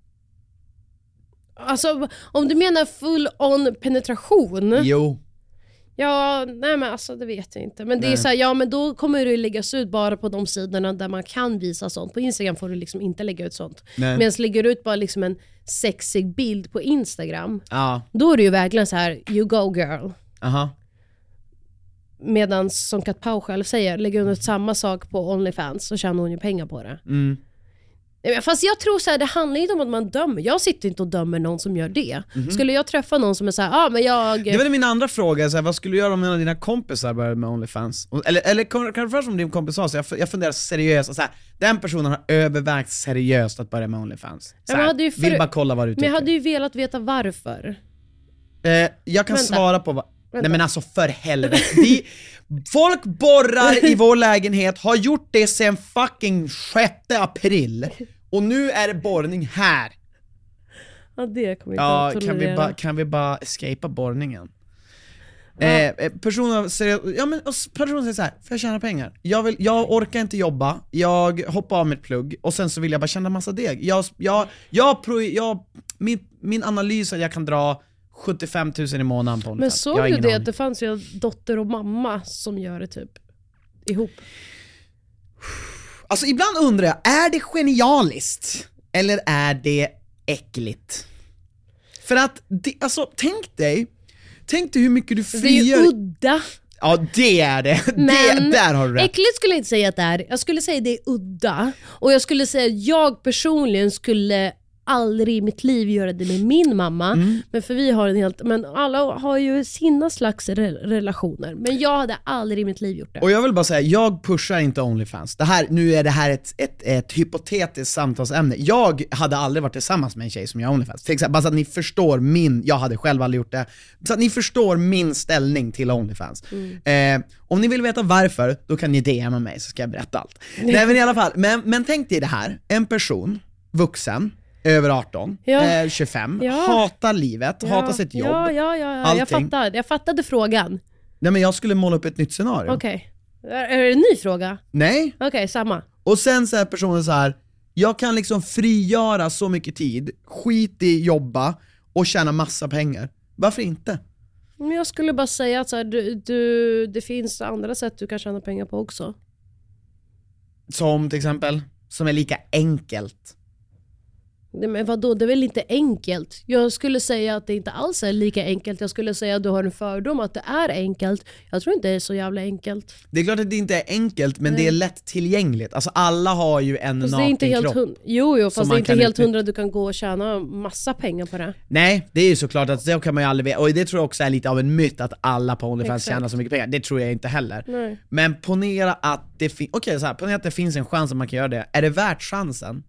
alltså om du menar full on penetration. Jo. Ja, nej men alltså det vet jag inte. Men det Nej. är så här, ja men då kommer det läggas ut bara på de sidorna där man kan visa sånt. På Instagram får du liksom inte lägga ut sånt. Medan lägger du ut bara liksom en sexig bild på Instagram, Ja. då är det ju verkligen så här, you go girl. Aha. Medan som Kat Pau själv säger, lägger hon ut samma sak på OnlyFans så tjänar hon ju pengar på det. Mm. Fast jag tror så här, det handlar inte om att man dömer. Jag sitter inte och dömer någon som gör det. Mm-hmm. Skulle jag träffa någon som är så här, ja ah, men jag... Det var min andra fråga, så här, vad skulle du göra om en av dina kompisar började med OnlyFans? Och, eller eller kanske först som din kompis sa, så jag, jag funderar seriöst, så här, den personen har övervägt seriöst att börja med OnlyFans. Så här, hade ju för... vill bara kolla vad du tycker. Men jag hade ju velat veta varför. Eh, jag kan Vänta. svara på vad... Vänta. Nej men alltså för helvete. Vi, folk borrar i vår lägenhet, har gjort det sedan fucking sjätte april. Och nu är det borrning här. Ja, det kommer jag Ja, inte att kan vi, tolerera. ba, kan vi bara escapa borrningen? Ja. Eh, personen säger, ja men personen säger så här, för jag tjäna pengar. Jag, vill, jag orkar inte jobba, jag hoppar av mitt plugg och sen så vill jag bara tjäna massa deg. Jag, jag, jag, pro, jag, min, min analys är att jag kan dra sjuttiofem tusen i månaden på Men såg du det att det fanns ju dotter och mamma som gör det typ ihop? Alltså ibland undrar jag, är det genialiskt eller är det äckligt? För att, det, alltså tänk dig, tänk dig hur mycket du frigör. Det är ju udda. Ja, det är det. Men det där har du rätt. äckligt skulle jag inte säga att det är. Jag skulle säga det är udda. Och jag skulle säga att jag personligen skulle aldrig i mitt liv göra det med min mamma. Mm. Men för vi har en helt, men alla har ju sina slags re- relationer. Men jag hade aldrig i mitt liv gjort det. Och jag vill bara säga, jag pushar inte OnlyFans. Det här, nu är det här ett, ett, ett hypotetiskt samtalsämne. Jag hade aldrig varit tillsammans med en tjej som gör OnlyFans. Till exempel, bara så att ni förstår min, jag hade själv aldrig gjort det. Så att ni förstår min ställning till OnlyFans. Mm. Eh, om ni vill veta varför, då kan ni D M mig så ska jag berätta allt. Nej men i alla fall, men, men tänk dig det här. En person, vuxen, över arton, ja. eh, tjugofem, ja. hatar livet, ja. hatar sitt jobb. Ja, ja, ja, ja. Jag, fattade, jag fattade frågan. Nej men jag skulle måla upp ett nytt scenario. Okej. Okay. Är, är det en ny fråga? Nej. Okej, okay, samma. Och sen så är personen så här: jag kan liksom frigöra så mycket tid, skit i jobba och tjäna massa pengar. Varför inte? Men jag skulle bara säga att så här, du, du, det finns andra sätt du kan tjäna pengar på också. Som till exempel, som är lika enkelt. Nej, men vadå, det är väl inte enkelt. Jag skulle säga att det inte alls är lika enkelt. Jag skulle säga att du har en fördom att det är enkelt. Jag tror inte det är så jävla enkelt. Det är klart att det inte är enkelt, men Nej. det är lätt tillgängligt. Alltså alla har ju en fast naken det är inte helt kropp. Hund- jo, jo, fast det är inte helt ut- hundra du kan gå och tjäna massa pengar på det. Nej, det är ju såklart att det kan man ju aldrig veta. Och det tror jag också är lite av en myt att alla på OnlyFans tjänar så mycket pengar. Det tror jag inte heller. Nej. Men ponera att det finns, okej okay, så här, ponera att det finns en chans att man kan göra det. Är det värt chansen?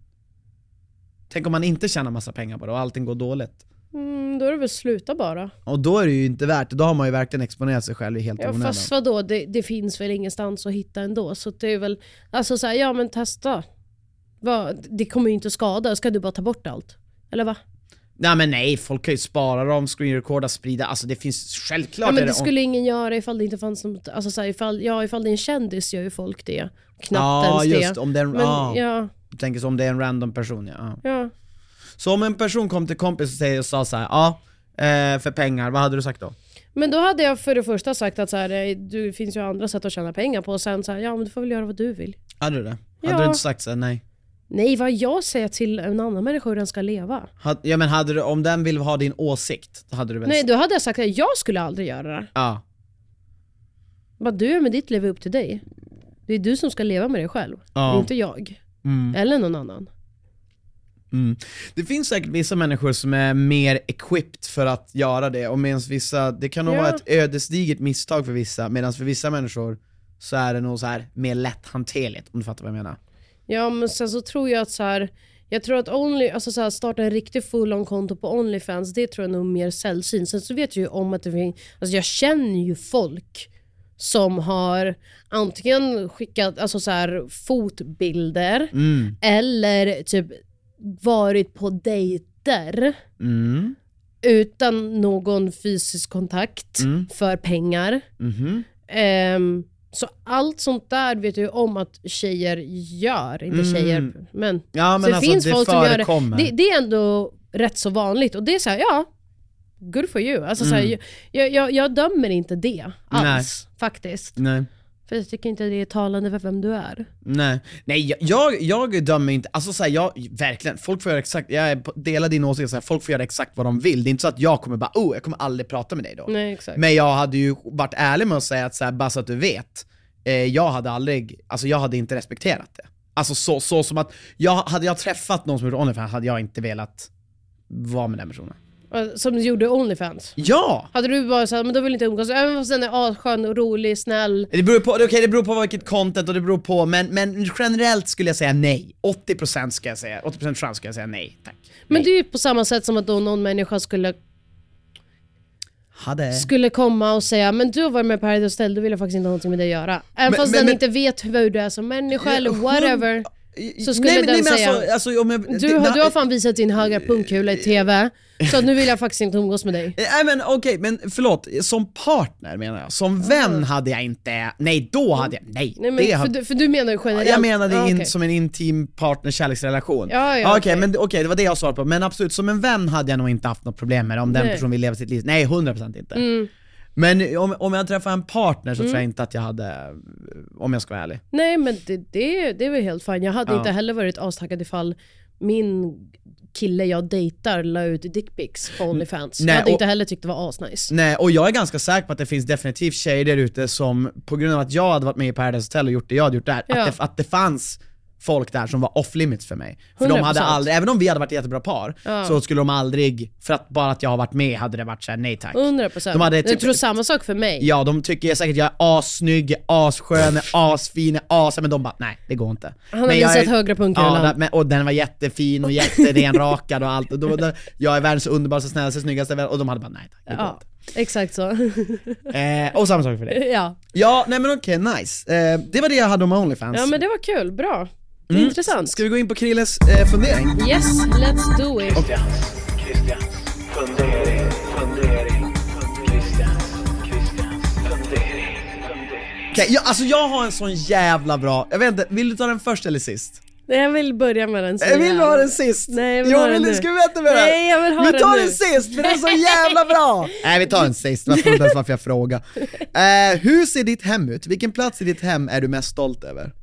Tänk om man inte tjänar massa pengar på det och allting går dåligt. Mm, då är det väl sluta bara. Och då är det ju inte värt det. Då har man ju verkligen exponerat sig själv i helt ja, onödan. Fast vadå, det, det finns väl ingenstans att hitta ändå. Så det är väl, alltså så här, ja men testa. Va, det kommer ju inte skada. Ska du bara ta bort allt? Eller va? Nej men nej, folk kan ju spara dem, screenrecorda, sprida. Alltså det finns självklart. Ja, men det, det skulle om... ingen göra ifall det inte fanns något. Alltså så här, ifall, ja, ifall det är en kändis gör ju folk det. Knappt ja, ens just, det. Om det är en, men, ah, ja. Du tänker så om det är en random person, ja. Ja. Så om en person kom till kompis och säger och sa så här, ja, eh, för pengar, vad hade du sagt då? Men då hade jag för det första sagt att så här, det finns ju andra sätt att tjäna pengar på. Och sen så här, ja men du får väl göra vad du vill. Hade du det? Ja. Hade du inte sagt så här, nej? Nej, vad jag säger till en annan människa hur den ska leva. Had, ja men hade du, om den vill ha din åsikt, då hade du väl... Nej, då hade jag sagt att jag skulle aldrig göra det. Ja. Vad du gör med ditt liv är upp till dig. Det är du som ska leva med dig själv. Ja. Inte jag. Mm. Eller någon annan. Mm. Det finns säkert vissa människor som är mer equipped för att göra det, och medans vissa, det kan nog ja. vara ett ödesdigert misstag för vissa, medan för vissa människor så är det nog så här mer lätthanterligt, om du fattar vad jag menar. Ja, men sen så tror jag att så här, jag tror att only, alltså så här, starta en riktigt full-on konto på OnlyFans, det tror jag nog mer sällsynt. Sen så vet jag ju om att det finns, alltså jag känner ju folk som har antingen skickat alltså så här, fotbilder mm. eller typ varit på dejter mm. utan någon fysisk kontakt mm. för pengar. Mm-hmm. Um, så allt sånt där vet jag ju om att tjejer gör, inte mm. tjejer, men, ja, men så alltså, finns det folk som gör det. det. Det är ändå rätt så vanligt, och det är så här, ja, good for you. Alltså, mm. så här, jag, jag, jag dömer inte det alls. Nej. Faktiskt. Nej. För jag tycker inte det är talande för vem du är. Nej, Nej jag, jag dömer inte. Alltså så här, jag, verkligen, folk får göra exakt, jag delar din åsikt, så här, folk får göra exakt vad de vill. Det är inte så att jag kommer bara, oh, jag kommer aldrig prata med dig då. Nej, exakt. Men jag hade ju varit ärlig med att säga att så här, bara så att du vet, eh, jag hade aldrig, alltså jag hade inte respekterat det. Alltså så, så som att, jag, hade jag träffat någon som gjorde OnlyFans hade jag inte velat vara med den personen. Som gjorde OnlyFans? Ja! Hade du bara såhär, men då vill inte umgås, även fast den är asskön och rolig, snäll. Det beror på, okay, det beror på vilket content och det beror på, men, men generellt skulle jag säga nej. åttio procent ska jag säga, åttio procent chans ska jag säga nej, tack. Men nej. det är ju på samma sätt som att då någon människa skulle Hade. skulle komma och säga, men du har varit med på Paradise Hotel, du vill jag faktiskt inte ha någonting med det att göra. Även men, fast men, den men, inte vet hur du är som människa ja, eller whatever. Så skulle nej, den nej, säga alltså, alltså, om jag, du, det, du har fan visat din höga punkkula i tv, så nu vill jag faktiskt inte umgås med dig. Nej men okej, okay, men förlåt, som partner menar jag. Som vän mm. hade jag inte, nej då hade jag, nej, nej men, det för, hade, du, för du menar ju generellt. Jag menade ah, in, okay. som en intim partner-kärleksrelation. Ja, ja, ah, okej, okay. men okej, okay, det var det jag svarade på. Men absolut, som en vän hade jag nog inte haft något problem med det, om den nej. personen vill leva sitt liv. Nej, hundra procent inte. Mm. Men om, om jag träffar en partner så mm. tror jag inte att jag hade, om jag ska vara ärlig. Nej men det, det, det är väl helt fint. Jag hade ja. inte heller varit astaggad ifall min kille jag dejtar la ut dickpics på OnlyFans. Nej, jag hade och, inte heller tyckt det var asnice. Nej, och jag är ganska säker på att det finns definitivt tjejer där ute som på grund av att jag hade varit med i Paradise Hotel och gjort det jag hade gjort där, ja. att, det, att det fanns folk där som var off limits för mig. För hundra de procent. hade aldrig, även om vi hade varit ett jättebra par, Ja. så skulle de aldrig, för att bara att jag har varit med hade det varit så här, nej tack. hundra procent. De hade Jag typ- tror samma sak för mig. Ja, de tycker säkert jag är assnygg, asskön, asfin, as, men de bara, nej, det går inte. Han har men jag visat är- högre punkter ja, än där, han. men, och den var jättefin och jätterenrakad och allt. Och då, då, jag är världens underbaraste, snällaste, snyggaste vän, och de hade bara, nej tack, det går Ja, exakt så. inte. Eh, och samma sak för dig. Ja. Ja, nej men okej, nice. Eh, det var det jag hade om OnlyFans. ja, men det var kul. Bra. Mm. Intressant. Ska vi gå in på Krilles eh, fundering? Yes, let's do it. Okej. Christians fundering, fundering, Christians, Christians fundering, fundering. Okej, jag, alltså jag har en sån jävla bra, jag vet inte, vill du ta den först eller sist? Nej, jag vill börja med den. så Jag vill gärna. ha den sist. Nej, jag vill jo, ha vill den du, nu. ska vi vänta med den? Nej, jag vill ha vi den tar nu. den sist, för den är så jävla bra. Nej, vi tar den sist, jag förstår inte ens varför jag frågar. Eh, hur ser ditt hem ut? Vilken plats i ditt hem är du mest stolt över?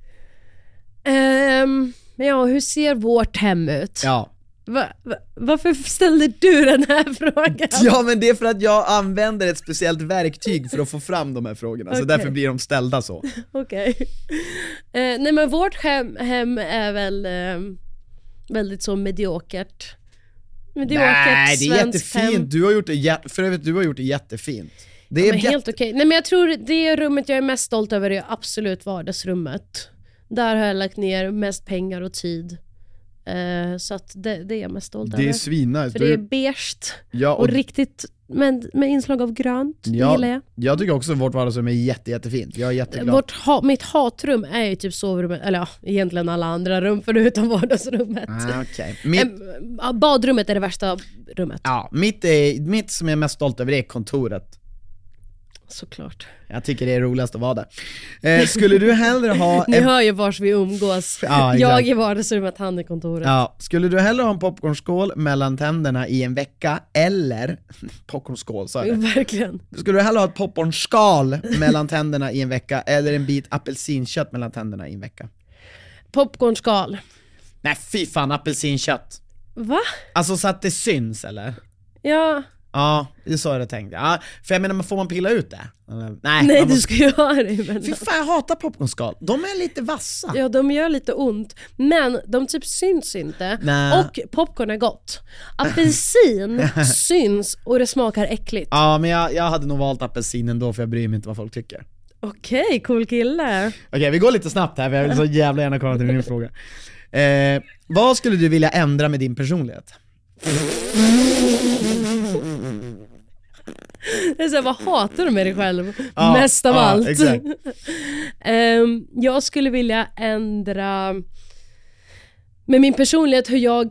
Ehm, ja, hur ser vårt hem ut? Ja. Va, va, varför ställde du den här frågan? Ja, men det är för att jag använder ett speciellt verktyg för att få fram de här frågorna, så Okej. därför blir de ställda så. Okej. Eh, nej, men vårt hem, hem är väl ehm, väldigt så mediokert. Mediokert Nej, det är svenskt jättefint, hem. du har gjort det, jä- för övrigt, du har gjort det jättefint. Det är Ja, men jätte- helt okej. Nej, men jag tror det rummet jag är mest stolt över är absolut vardagsrummet. Där har jag lagt ner mest pengar och tid. Eh, så att det, det är jag mest stolt Det är över. svinnice. För Du- det är beige Ja, och, riktigt med, med inslag av grönt. Det Ja, gillar jag. jag tycker också att vårt vardagsrum är jätte, jättefint. Jag är jätteglad. Vårt ha, mitt hatrum är ju typ sovrummet, eller ja, egentligen alla andra rum förutom vardagsrummet. Ah, okej. Mitt, Em, ja, badrummet är det värsta rummet. ja, mitt, är, mitt som jag är mest stolt över är kontoret. Såklart. Jag tycker det är roligast att vara där. Eh, skulle du hellre ha Ni en, hör ju vars vi umgås. Ja, exakt. Jag i vardagsrummet, han i kontoret. ja, skulle du hellre ha en popcornskål mellan tänderna i en vecka eller popcornskål, sa jag det. Verkligen. Skulle du hellre ha ett popcornskal mellan tänderna i en vecka eller en bit apelsinkött mellan tänderna i en vecka? Popcornskal. Nej, fy fan, apelsinkött. Va? Alltså så att det syns, eller? Ja. Ja, det är så jag tänkte. Ja, för jag menar, får man pilla ut det? Eller? Nej, Nej, man du måste... ska ju ha det emellan. Fy fan, jag hatar popcornskal. De är lite vassa. Ja, de gör lite ont. Men de typ syns inte. Nej. Och popcorn är gott. Apelsin syns och det smakar äckligt. Ja, men jag, jag hade nog valt apelsin ändå, för jag bryr mig inte vad folk tycker. Okej, cool kille. Okej, vi går lite snabbt här, för jag vill så jävla gärna komma till min fråga. Eh, vad skulle du vilja ändra med din personlighet? Det är så här, vad hatar du med dig själv? Ja, Mest av ja, allt. exakt. Ehm, jag skulle vilja ändra med min personlighet hur jag...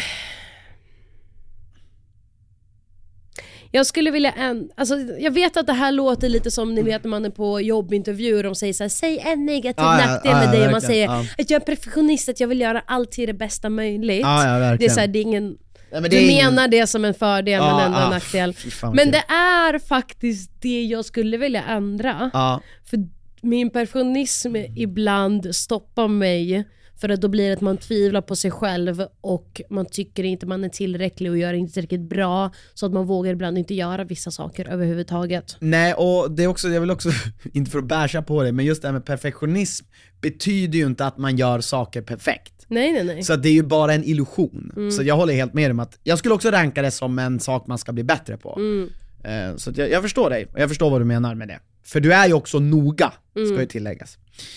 Jag skulle vilja ändra... Alltså, jag vet att det här låter lite som ni vet när man är på jobbintervjuer och de säger så här: säg en negativ Ja, ja, nackdel ja, med ja, dig. Och man verkligen, säger ja. att jag är perfektionist, att jag vill göra allt till det bästa möjligt. Ja, ja, verkligen. det är så här, det är ingen... Nej, men Du det är ingen- menar det som en fördel Ja, men ändå en ja, nackdel. fy fan vad Men kul. det är faktiskt det jag skulle vilja ändra. Ja. För min perfektionism ibland stoppar mig. För att då blir det att man tvivlar på sig själv och man tycker inte man är tillräcklig och gör inte tillräckligt bra, så att man vågar ibland inte göra vissa saker överhuvudtaget. Nej, och det är också, jag vill också, inte för att bärsa på det, men just det här med perfektionism betyder ju inte att man gör saker perfekt. Nej, nej, nej. Så att det är ju bara en illusion. Mm. Så jag håller helt med om att, jag skulle också ranka det som en sak man ska bli bättre på. Mm. Eh, Så att jag, jag förstår dig, och jag förstår vad du menar med det. För du är ju också noga, ska Mm. ju tilläggas.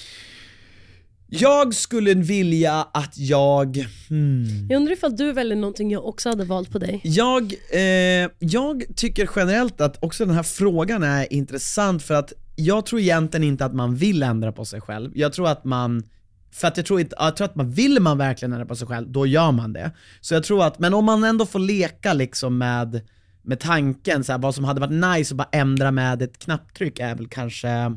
Jag skulle vilja att jag... Hmm. Jag undrar ifall du väljer någonting jag också hade valt på dig. Jag, eh, jag tycker generellt att också den här frågan är intressant, för att jag tror egentligen inte att man vill ändra på sig själv. Jag tror att man, för att jag tror, inte, jag tror att man vill man verkligen ändra på sig själv, då gör man det. Så jag tror att, men om man ändå får leka liksom med, med tanken så här, vad som hade varit nice att bara ändra med ett knapptryck är väl kanske...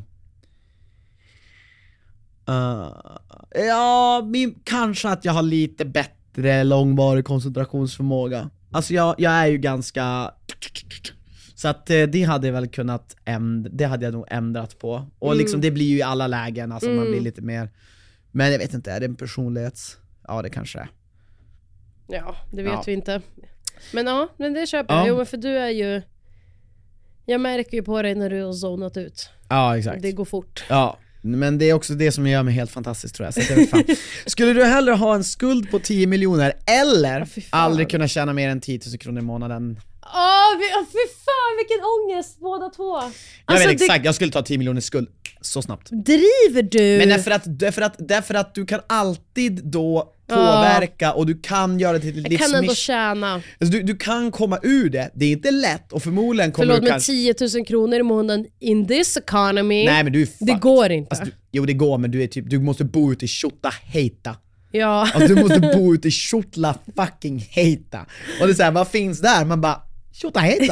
Uh, ja, min, kanske att jag har lite bättre långvarig koncentrationsförmåga. Alltså jag, jag är ju ganska... Så att eh, det hade jag väl kunnat ändra, det hade jag nog ändrat på. Och Mm. liksom det blir ju i alla lägen, alltså man Mm. blir lite mer... Men jag vet inte, är det en personlighets... Ja, det kanske är. Ja, det vet Ja. vi inte. Men ja, men det köper Ja. jag. Jo, men för du är ju... Jag märker ju på dig när du har zonat ut. Ja, exakt. Det går fort. Ja. Men det är också det som gör mig helt fantastisk, tror jag. Så jag vet fan. Skulle du hellre ha en skuld på tio miljoner eller oh, aldrig kunna tjäna mer än tio tusen kronor i månaden? Åh, oh, fy fan, vilken ångest, båda två. Jag alltså, vet exakt, det... jag skulle ta tio miljoner skuld så snabbt. Driver du? Men därför att, därför att, därför att du kan alltid då påverka och du kan göra det till ett livsmission. Jag kan ändå tjäna. Alltså du, du kan komma ur det, det är inte lätt och förmodligen kommer Förlåt, du med kanske... tio tusen kronor i månaden in this economy. Nej, men du är det går inte. Alltså, du, jo det går, men du är typ, du måste bo ute i Tjottaheita. Ja. Alltså, du måste bo ute i Tjottla fucking Heita. Och det är såhär, vad finns där? Man bara, Tjottaheita.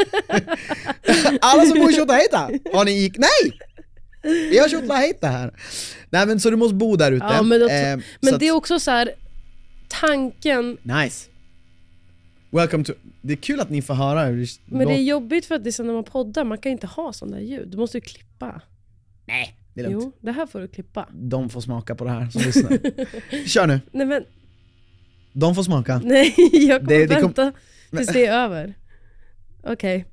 Alla som bor i Tjottaheita. Har ni gick? Nej! Vi har Tjottaheita här. Nej men så du måste bo där ute. Ja, men då, eh, men att, det är också så här tanken. Nice. Welcome to... Det är kul att ni får höra hur det... Men det är jobbigt för att det är så när man poddar, man kan inte ha sån där ljud. Du måste ju klippa. Nej, det är lugnt. Jo, det här får du klippa. De får smaka på det här som lyssnar. Kör nu. Nej men... De får smaka. Nej, jag kommer det, det vänta kom... tills det är över. Okej. Okay.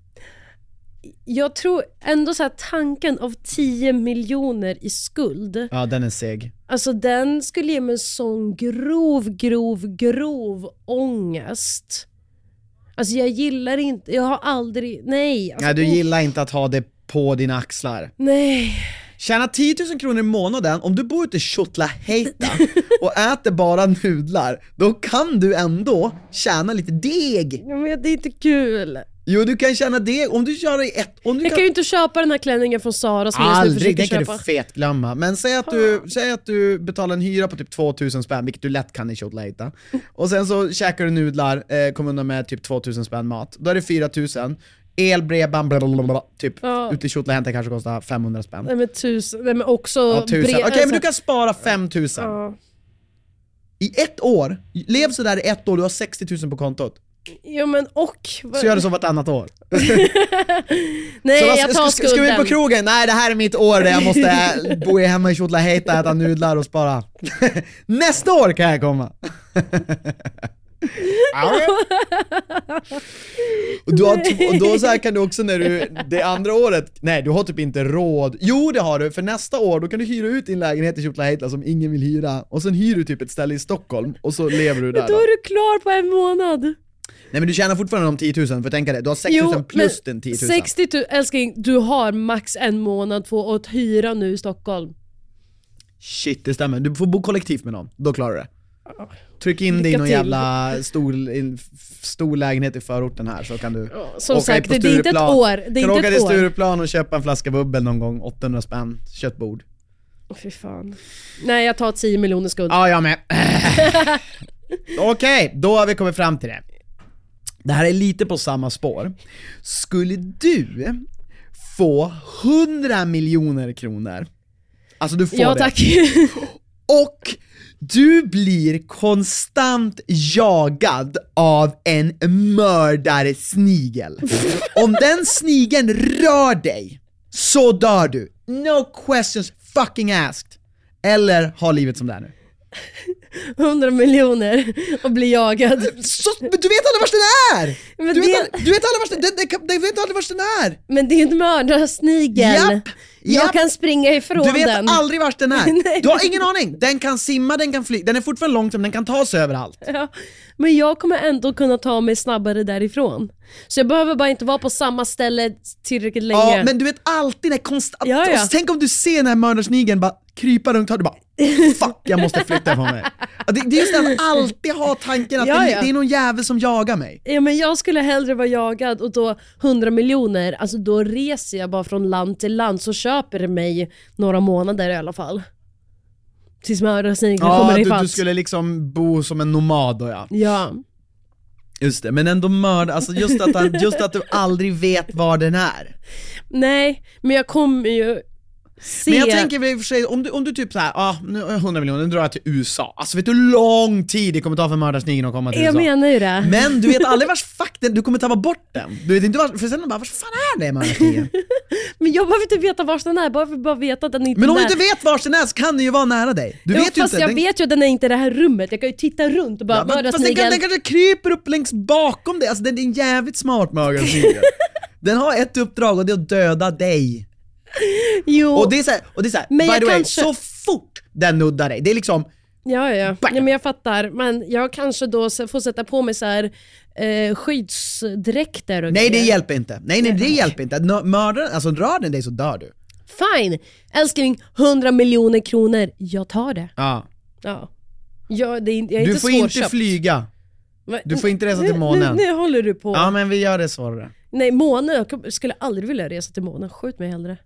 Jag tror ändå så här tanken av tio miljoner i skuld. Ja, den är seg. Alltså den skulle ge mig en sån grov, grov, grov ångest. Alltså jag gillar inte, jag har aldrig, nej. Alltså, ja, du gillar inte att ha det på dina axlar. Nej. Tjäna tio tusen kronor i månaden, om du bor ute i Tjottlaheita och äter bara nudlar, då kan du ändå tjäna lite deg. Ja, men det är inte kul. Jo, du kan tjäna deg om du kör i ett... Om du jag kan... kan ju inte köpa den här klänningen från Zara som jag aldrig, det kan köpa. du fet glömma. Men säg att du, säg att du betalar en hyra på typ tvåtusen spänn, vilket du lätt kan i Tjottlaheita. Och sen så käkar du nudlar, eh, kommer undan med typ tvåtusen spänn mat. Då är det fyra tusen. El, bredband, blablabla, typ ja. Ute i Tjottlaheita kanske kostar femhundra spänn. Nej men tusen, nej men också ja, tusen. Okej, okay, alltså... men du kan spara femtusen. Ja. I ett år, lev så där i ett år, du har sextio tusen på kontot. Jo men och... Så gör det så vartannat år. Nej, så vad, jag tar ska, skulden. Ska vi på krogen? Nej, det här är mitt år där jag måste bo hemma i Tjottlaheita, äta nudlar och spara. Nästa år kan jag komma. Och, du har t- och då så här kan du också när du det andra året, nej du har typ inte råd. Jo det har du, för nästa år då kan du hyra ut din lägenhet i Tjottlaheita som ingen vill hyra. Och sen hyr du typ ett ställe i Stockholm och så lever du där. Då är du klar på en månad. Nej men du tjänar fortfarande de tio tusen, för tänka det, du har sex tusen plus den tio tusen. sextio tusen, älskling, du har max en månad på att hyra nu i Stockholm. Shit, det stämmer. Du får bo kollektivt med någon, då klarar du det. Tryck in dig i någon till. jävla stor, stor lägenhet i förorten här så kan du ja, som sagt, det är inte ett år. Det är kan inte åka ett till år. Stureplan och köpa en flaska bubbel någon gång, åttahundra spänn, köttbord. Åh fy fan. Nej, jag tar tio miljoner skuld. Ja, jag med. Okej, okay, då har vi kommit fram till det. Det här är lite på samma spår. Skulle du få hundra miljoner kronor, alltså du får ja, det. tack. Och du blir konstant jagad av en mördarsnigel. Om den snigeln rör dig så dör du. No questions fucking asked. Eller har livet som det är nu. Hundra miljoner och bli jagad. Så, men du vet aldrig vart den är. Men du, det... vet aldrig, du vet aldrig vart den, den, den, den vet aldrig vart den är. Men det är inte mördarsnigel. Japp. Jag Japp. kan springa ifrån den. Du vet den. aldrig vart den är. Du har ingen aning. Den kan simma, den kan flyga. Den är fortfarande långsam, den kan ta sig överallt. Ja, men jag kommer ändå kunna ta mig snabbare därifrån. Så jag behöver bara inte vara på samma ställe tillräckligt länge. Ja, men du vet alltid när konstant. Ja, ja. Tänk om du ser den här mördarsnigeln bara krypa runt, du bara fuck, jag måste flytta från mig. Det, det är just att alltid ha tanken att ja, det, ja. det är någon jävel som jagar mig. Ja, men jag skulle hellre vara jagad och då hundra miljoner, alltså då reser jag bara från land till land, så köper det mig några månader i alla fall. Tills mördarsnigeln ja, kommer du, ifatt. du skulle liksom bo som en nomad då, ja. Ja. Just det, men ändå mörd, alltså just att, han, just att du aldrig vet var den är. Nej, men jag kommer ju se... Men jag tänker väl i och för sig, om du, om du typ såhär, ja, nu har jag hundra miljoner, nu drar jag till U S A. Alltså vet du hur lång tid det kommer ta för mördarsnigeln att komma till jag U S A? Jag menar ju det. Men du vet aldrig vars fakten, du kommer tappa bort den. Du vet inte var, för sen bara, vars fan är det mördarsnigeln? Men jag behöver inte veta vars den är, bara för bara veta att den inte är. Men om där. du inte vet vars den är så kan den ju vara nära dig. Du jo, vet ju fast inte. jag den... vet ju att den är inte i det här rummet. Jag kan ju titta runt och bara, ja, men, fast den, mördarsnigeln. kan, den kanske kryper upp längs bakom dig. Alltså den är en jävligt smart mördarsnigel. Den har ett uppdrag och det är att döda dig. Jo. Och det är så här, och det är så här, Men by jag the way, kanske- så fort den nuddar dig, det är liksom Ja, ja. ja, men jag fattar. Men jag kanske då s- får sätta på mig så här eh, skyddsdräkter och nej det grejer. hjälper inte, nej nej det hjälper inte. Nö- Mördaren, alltså rör den dig så dör du. Fine, älskling, hundra miljoner kronor, jag tar det. Ja. Ja. Jag, det är, jag är Du inte får inte svårköpt. flyga. Men- Du får inte resa till Nu- månen. Nu, nu håller du på. Ja men vi gör det svårare. Nej, månen, jag skulle aldrig vilja resa till månen. Skjut mig hellre.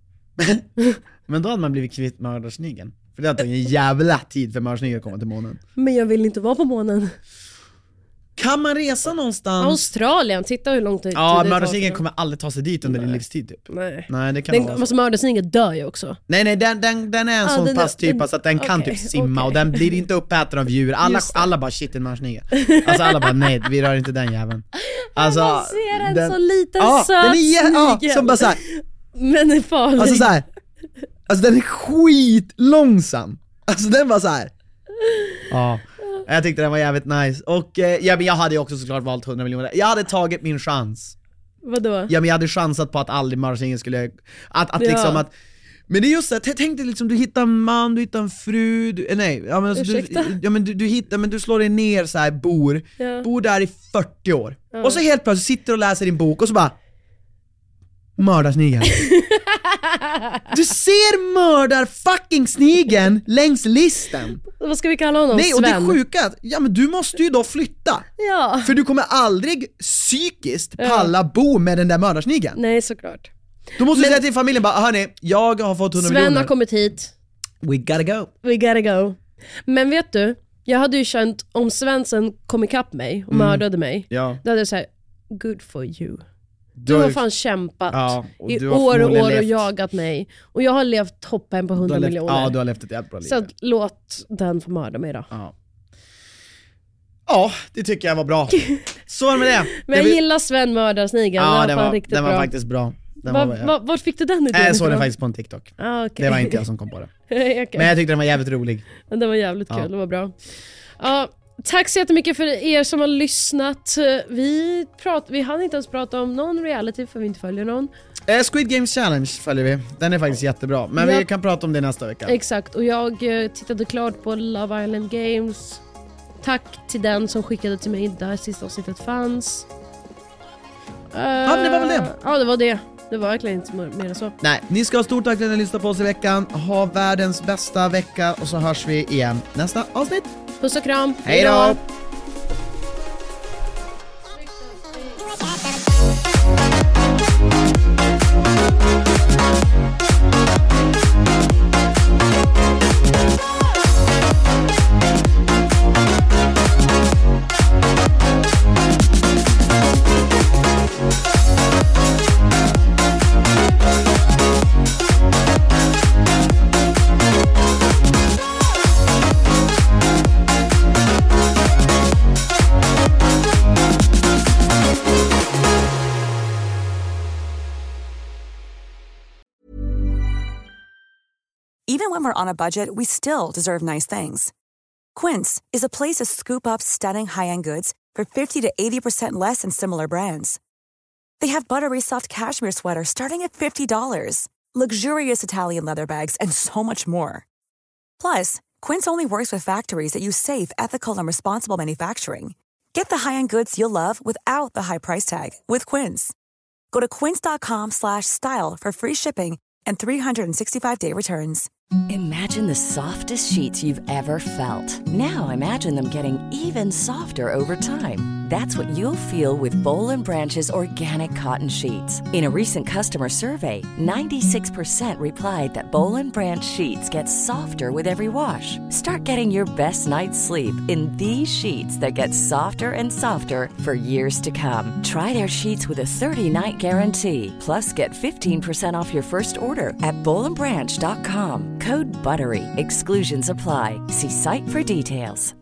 Men då hade man blivit kvitt mördarsnigeln. För det har tagit en jävla tid för mördarsnigeln att komma till månen. Men jag vill inte vara på månen. Kan man resa någonstans? Australien, titta hur långt det Ja, det tar mördarsnigeln för- kommer aldrig ta sig dit under din livstid typ. Nej. Nej det kan Den, vara så. alltså mördarsnigeln dör ju också. Nej nej den, den, den är en Ah, sån den- pass typ den- alltså att den kan okej, typ simma okej. och den blir inte uppäten av djur. Alla, Just det. alla bara shit en mördarsnigel. Alltså alla bara nej vi rör inte den jäveln. Alltså, Man ser en den- så liten ja, söt den är, jä- ja, snigel. som bara såhär, Men är farlig. alltså såhär, alltså den är skitlångsam. Alltså den var såhär. Ja, jag tyckte den var jävligt nice. Och eh, ja, men jag hade ju också såklart valt hundra miljoner. Jag hade tagit min chans. Vadå? Ja men jag hade chansat på att aldrig mördarsnigeln skulle, att, att Ja. liksom att. Men det är just det, t- tänk dig liksom, du hittar en man, du hittar en fru, du, eh, nej, ja men, alltså, du, Ursäkta? ja, men du, du hittar, men du slår dig ner så här, bor, Ja. bor där i fyrtio år. Och så helt plötsligt sitter du och läser din bok och så bara mördarsnigeln. Du ser mördar fucking snigeln längs listen. Vad ska vi kalla honom? Nej och det Sven? är sjuka att, ja men du måste ju då flytta. Ja. För du kommer aldrig psykiskt Ja. palla bo med den där mördarsnigeln. Nej, såklart. Då måste du Men- säga till familjen bara, hörni, jag har fått hundra Sven miljoner. har kommit hit. We gotta go. We gotta go. Men vet du, jag hade ju känt om Svensson kom ikapp mig och Mm. mördade mig, Ja. då hade jag sagt good for you. Du Du har har- fan kämpat Ja, och i du har år och förmodligen år och levt- jagat mig. Och jag har levt toppen på Du hundra har levt, miljoner. ja, du har levt ett jävligt bra liv. Så att, låt den få mörda mig då. Ja. Ja, det tycker jag var bra. Så var det med det. Men jag vill- gillar Sven mördarsnigeln. Ja, den den var, fan var, riktigt den var bra. faktiskt bra. Den Va, var, va, vart fick du den idén jag såg den ifrån? faktiskt på en TikTok. Ah, okay. Det var inte jag som kom på det. okay. Men jag tyckte den var jävligt rolig. Men det var jävligt kul, Ja. det var bra. Ja, tack så jättemycket för er som har lyssnat. Vi, prat, vi hann inte ens prata om någon reality för vi inte följer någon. Eh, Squid Games Challenge följer vi. Den är faktiskt jättebra. Men Ja. vi kan prata om det nästa vecka. Exakt, och jag eh, tittade klart på Love Island Games. Tack till den som skickade till mig där sista avsnittet fanns. Uh, Ja, men det var väl det. Ja, det var det. Det var verkligen inte mer än så. Nej, ni ska ha stort tack för att ni lyssnar på oss i veckan. Ha världens bästa vecka och så hörs vi igen nästa avsnitt. Puss och kram. Hej då! Even when we're on a budget, we still deserve nice things. Quince is a place to scoop up stunning high-end goods for fifty to eighty percent less than similar brands. They have buttery soft cashmere sweaters starting at fifty dollars, luxurious Italian leather bags, and so much more. Plus, Quince only works with factories that use safe, ethical, and responsible manufacturing. Get the high-end goods you'll love without the high price tag with Quince. Go to quince.com slash style for free shipping and three sixty-five day returns. Imagine the softest sheets you've ever felt. Now imagine them getting even softer over time. That's what you'll feel with Bowl and Branch's organic cotton sheets. In a recent customer survey, ninety-six percent replied that Bowl and Branch sheets get softer with every wash. Start getting your best night's sleep in these sheets that get softer and softer for years to come. Try their sheets with a thirty-night guarantee. Plus, get fifteen percent off your first order at bowl and branch dot com. Code BUTTERY. Exclusions apply. See site for details.